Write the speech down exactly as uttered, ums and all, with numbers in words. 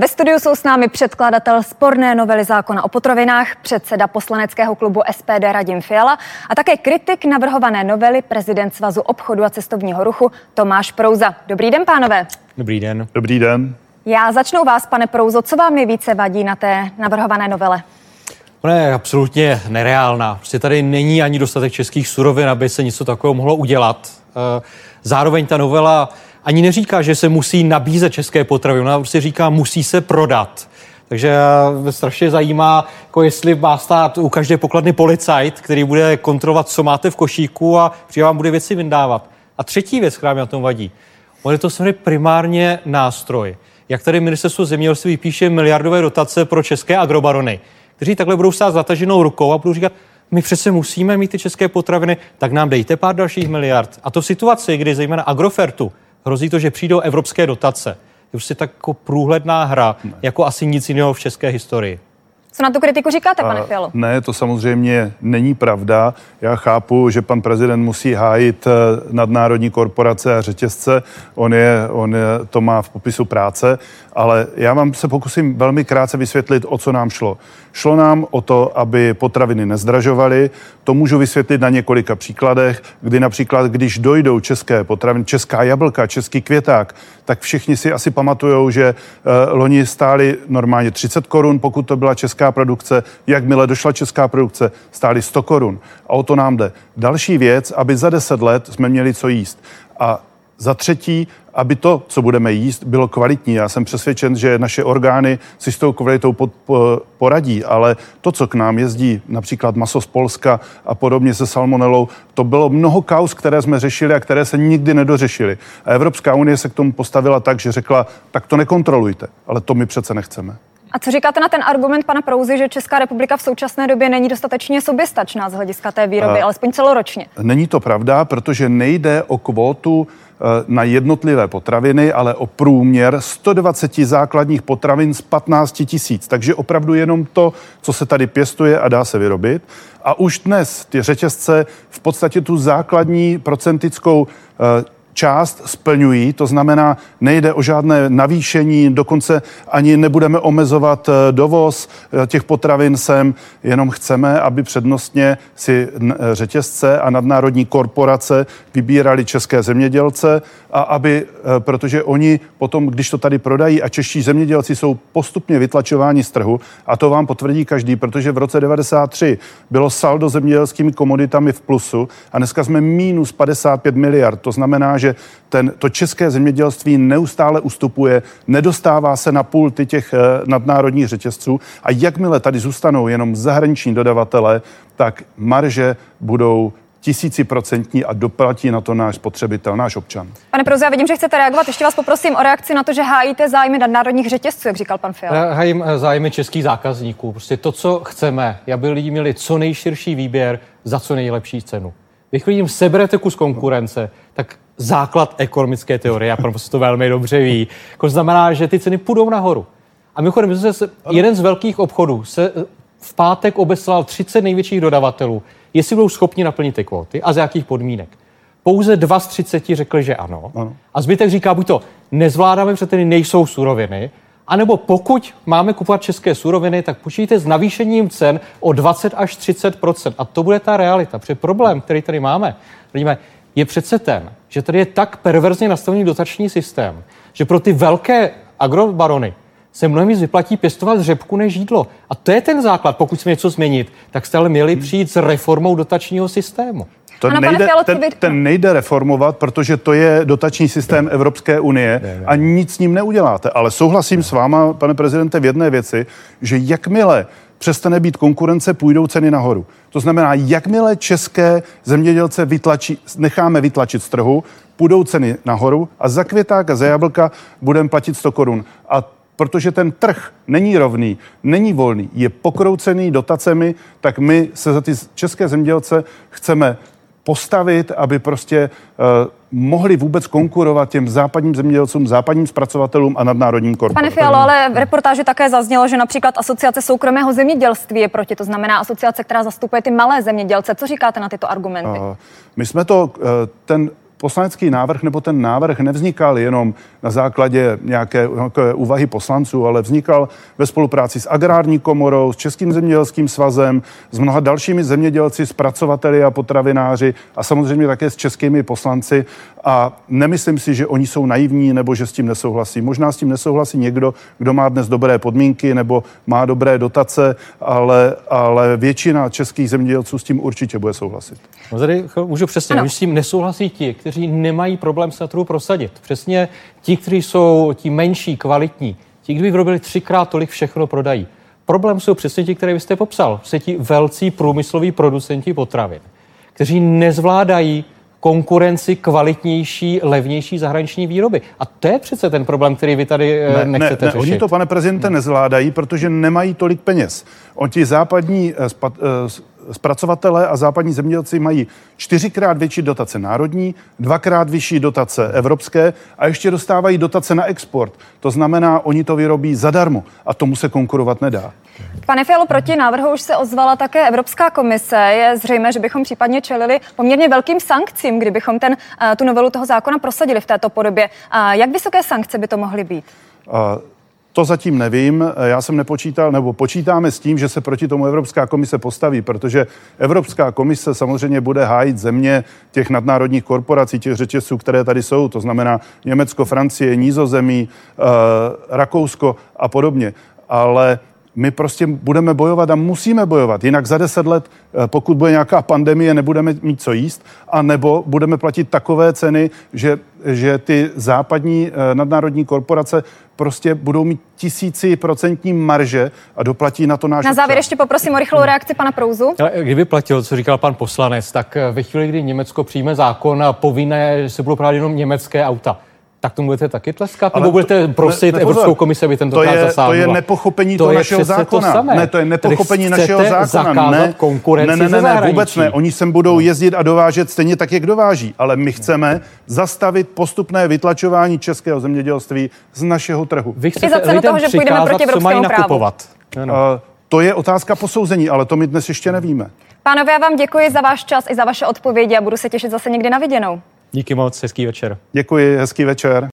Ve studiu jsou s námi předkladatel sporné novely zákona o potravinách, předseda poslaneckého klubu S P D Radim Fiala a také kritik navrhované novely, prezident Svazu obchodu a cestovního ruchu Tomáš Prouza. Dobrý den, pánové. Dobrý den. Dobrý den. Já začnu u vás, pane Prouzo. Co vám nejvíce vadí na té navrhované novele? Ona je absolutně nereálná. Prostě tady není ani dostatek českých surovin, aby se něco takového mohlo udělat. Zároveň ta novela ani neříká, že se musí nabízet české potraviny. Ona prostě říká, musí se prodat. Takže mě strašně zajímá, jako jestli má stát u každé pokladny policajt, který bude kontrolovat, co máte v košíku a přijde vám bude věci vyndávat. A třetí věc, která mě na tom vadí, on je to samozřejmě primárně nástroj. Jak tady ministerstvo zemědělství píše miliardové dotace pro české agrobarony, kteří takhle budou stát s zataženou rukou a budou říkat, my přece musíme mít ty české potraviny, tak nám dejte pár dalších miliard. A to v situaci, kdy zejména Agrofertu hrozí to, že přijdou evropské dotace. Je prostě tak jako průhledná hra, ne. jako asi nic jiného v české historii. Co na tu kritiku říkáte, pane Fialo? Ne, to samozřejmě není pravda. Já chápu, že pan prezident musí hájit nadnárodní korporace a řetězce. On, je, on je, to má v popisu práce, ale já vám se pokusím velmi krátce vysvětlit, o co nám šlo. Šlo nám o to, aby potraviny nezdražovaly. To můžu vysvětlit na několika příkladech, kdy například, když dojdou české potraviny, česká jablka, český květák, tak všichni si asi pamatujou, že uh, loni stály normálně třicet korun, pokud to byla česká produkce. Jakmile došla česká produkce, stály sto korun. A o to nám jde. Další věc, aby za deset let jsme měli co jíst. A za třetí, aby to, co budeme jíst, bylo kvalitní. Já jsem přesvědčen, že naše orgány si s tou kvalitou pod, po, poradí, ale to, co k nám jezdí, například maso z Polska a podobně se salmonelou, to bylo mnoho kauz, které jsme řešili a které se nikdy nedořešily. A Evropská unie se k tomu postavila tak, že řekla, tak to nekontrolujte, ale to my přece nechceme. A co říkáte na ten argument pana Prouzy, že Česká republika v současné době není dostatečně soběstačná z hlediska té výroby, a alespoň celoročně? Není to pravda, protože nejde o kvótu na jednotlivé potraviny, ale o průměr sto dvacet základních potravin z patnáct tisíc. Takže opravdu jenom to, co se tady pěstuje a dá se vyrobit. A už dnes ty řetězce v podstatě tu základní procentickou část splňují, to znamená, nejde o žádné navýšení, dokonce ani nebudeme omezovat dovoz těch potravin sem, jenom chceme, aby přednostně si řetězce a nadnárodní korporace vybírali české zemědělce a aby, protože oni potom, když to tady prodají a čeští zemědělci jsou postupně vytlačováni z trhu, a to vám potvrdí každý, protože v roce devadesát tři bylo saldo zemědělskými komoditami v plusu a dneska jsme minus padesát pět miliard, to znamená, že ten, to české zemědělství neustále ustupuje, nedostává se na pulty těch eh, nadnárodních řetězců a jakmile tady zůstanou jenom zahraniční dodavatelé, tak marže budou tisíciprocentní a doplatí na to náš spotřebitel, náš občan. Pane Prouzo, já vidím, že chcete reagovat. Ještě vás poprosím o reakci na to, že hájíte zájmy nadnárodních řetězců, jak říkal pan Fiala. Hájím zájmy českých zákazníků. Prostě to, co chceme, aby lidi měli co nejširší výběr za co nejlepší cenu. Když lidem seberete kus konkurence, tak základ ekonomické teorie, a prostě to velmi dobře ví, jako znamená, že ty ceny půjdou nahoru. A mimochodem, se, jeden z velkých obchodů se v pátek obeslal třicet největších dodavatelů, jestli budou schopni naplnit ty kvóty a z jakých podmínek. Pouze dva z třiceti řekli, že ano. ano. A zbytek říká, buď to nezvládáme, protože tady nejsou suroviny, anebo pokud máme kupovat české suroviny, tak počítejte s navýšením cen o dvacet až třicet procent. A to bude ta realita. Protože problém, který tady máme, vidíme, je přece ten, že tady je tak perverzně nastavený dotační systém, že pro ty velké agrobarony se mnohem víc vyplatí pěstovat řepku než jídlo. A to je ten základ. Pokud jsme něco změnit, tak jste ale měli přijít s reformou dotačního systému. To nejde, ten, ten nejde reformovat, protože to je dotační systém Evropské unie ne, ne. a nic s ním neuděláte. Ale souhlasím ne. s váma, pane prezidente, v jedné věci, že jakmile přestane být konkurence, půjdou ceny nahoru. To znamená, jakmile české zemědělce vytlačí, necháme vytlačit z trhu, půjdou ceny nahoru a za květák a za jablka budeme platit sto korun. A protože ten trh není rovný, není volný, je pokroucený dotacemi, tak my se za ty české zemědělce chceme postavit, aby prostě uh, mohli vůbec konkurovat těm západním zemědělcům, západním zpracovatelům a nadnárodním korporacím. Pane Fialo, ale v reportáži také zaznělo, že například Asociace soukromého zemědělství je proti, to znamená asociace, která zastupuje ty malé zemědělce. Co říkáte na tyto argumenty? Uh, my jsme to, uh, ten poslanecký návrh nebo ten návrh nevznikal jenom na základě nějaké, nějaké úvahy poslanců, ale vznikal ve spolupráci s Agrární komorou, s Českým zemědělským svazem, s mnoha dalšími zemědělci, zpracovateli a potravináři a samozřejmě také s českými poslanci. A nemyslím si, že oni jsou naivní nebo že s tím nesouhlasí. Možná s tím nesouhlasí někdo, kdo má dnes dobré podmínky nebo má dobré dotace, ale, ale většina českých zemědělců s tím určitě bude souhlasit. No tady můžu přesně, když s tím nesouhlasí ti, kteří nemají problém se na trhu prosadit. Přesně ti, kteří jsou ti menší, kvalitní, ti, kdyby vyrobili třikrát tolik, všechno prodají. Problém jsou přesně ti, které vy jste popsal. Jsou ti velcí průmysloví producenti potravin, kteří nezvládají konkurenci kvalitnější, levnější zahraniční výroby. A to je přece ten problém, který vy tady ne, nechcete ne, ne, řešit. Oni to, pane prezidente, nezvládají, protože nemají tolik peněz. On ti západní eh, spa, eh, zpracovatelé a západní zemědělci mají čtyřikrát větší dotace národní, dvakrát vyšší dotace evropské a ještě dostávají dotace na export. To znamená, oni to vyrobí zadarmo a tomu se konkurovat nedá. Pane Fialo, proti návrhu už se ozvala také Evropská komise. Je zřejmé, že bychom případně čelili poměrně velkým sankcím, kdybychom ten, tu novelu toho zákona prosadili v této podobě. Jak vysoké sankce by to mohly být? A to zatím nevím. Já jsem nepočítal, nebo počítáme s tím, že se proti tomu Evropská komise postaví, protože Evropská komise samozřejmě bude hájit země těch nadnárodních korporací, těch řetězců, které tady jsou, to znamená Německo, Francie, Nizozemí, Rakousko a podobně. Ale my prostě budeme bojovat a musíme bojovat. Jinak za deset let, pokud bude nějaká pandemie, nebudeme mít co jíst, a nebo budeme platit takové ceny, že, že ty západní nadnárodní korporace prostě budou mít tisíci procentní marže a doplatí na to náš. Na závěr ještě poprosím o rychlou reakci pana Prouzu. Ale kdyby platilo, co říkal pan poslanec, tak ve chvíli, kdy Německo přijme zákon a povinné, že se budou prodávat jenom německé auta, tak tomu budete taky tleskat? Nebo budete prosit ne, Evropskou komisi, aby tentokrát zasáhla? To je nepochopení to toho našeho zákona. To ne, to je nepochopení našeho zákona. Ne, konkurenci ne, ne, ne, ne, vůbec ne. Oni sem budou jezdit a dovážet stejně tak, jak dováží. Ale my chceme zastavit postupné vytlačování českého zemědělství z našeho trhu. Vy chcete lidem toho, že přikázat, co mají nakupovat. Uh, to je otázka posouzení, ale to my dnes ještě nevíme. Pánové, já vám děkuji za váš čas i za vaše odpovědi a budu se těšit zase někdy na viděnou. Díky moc, hezký večer. Děkuji, hezký večer.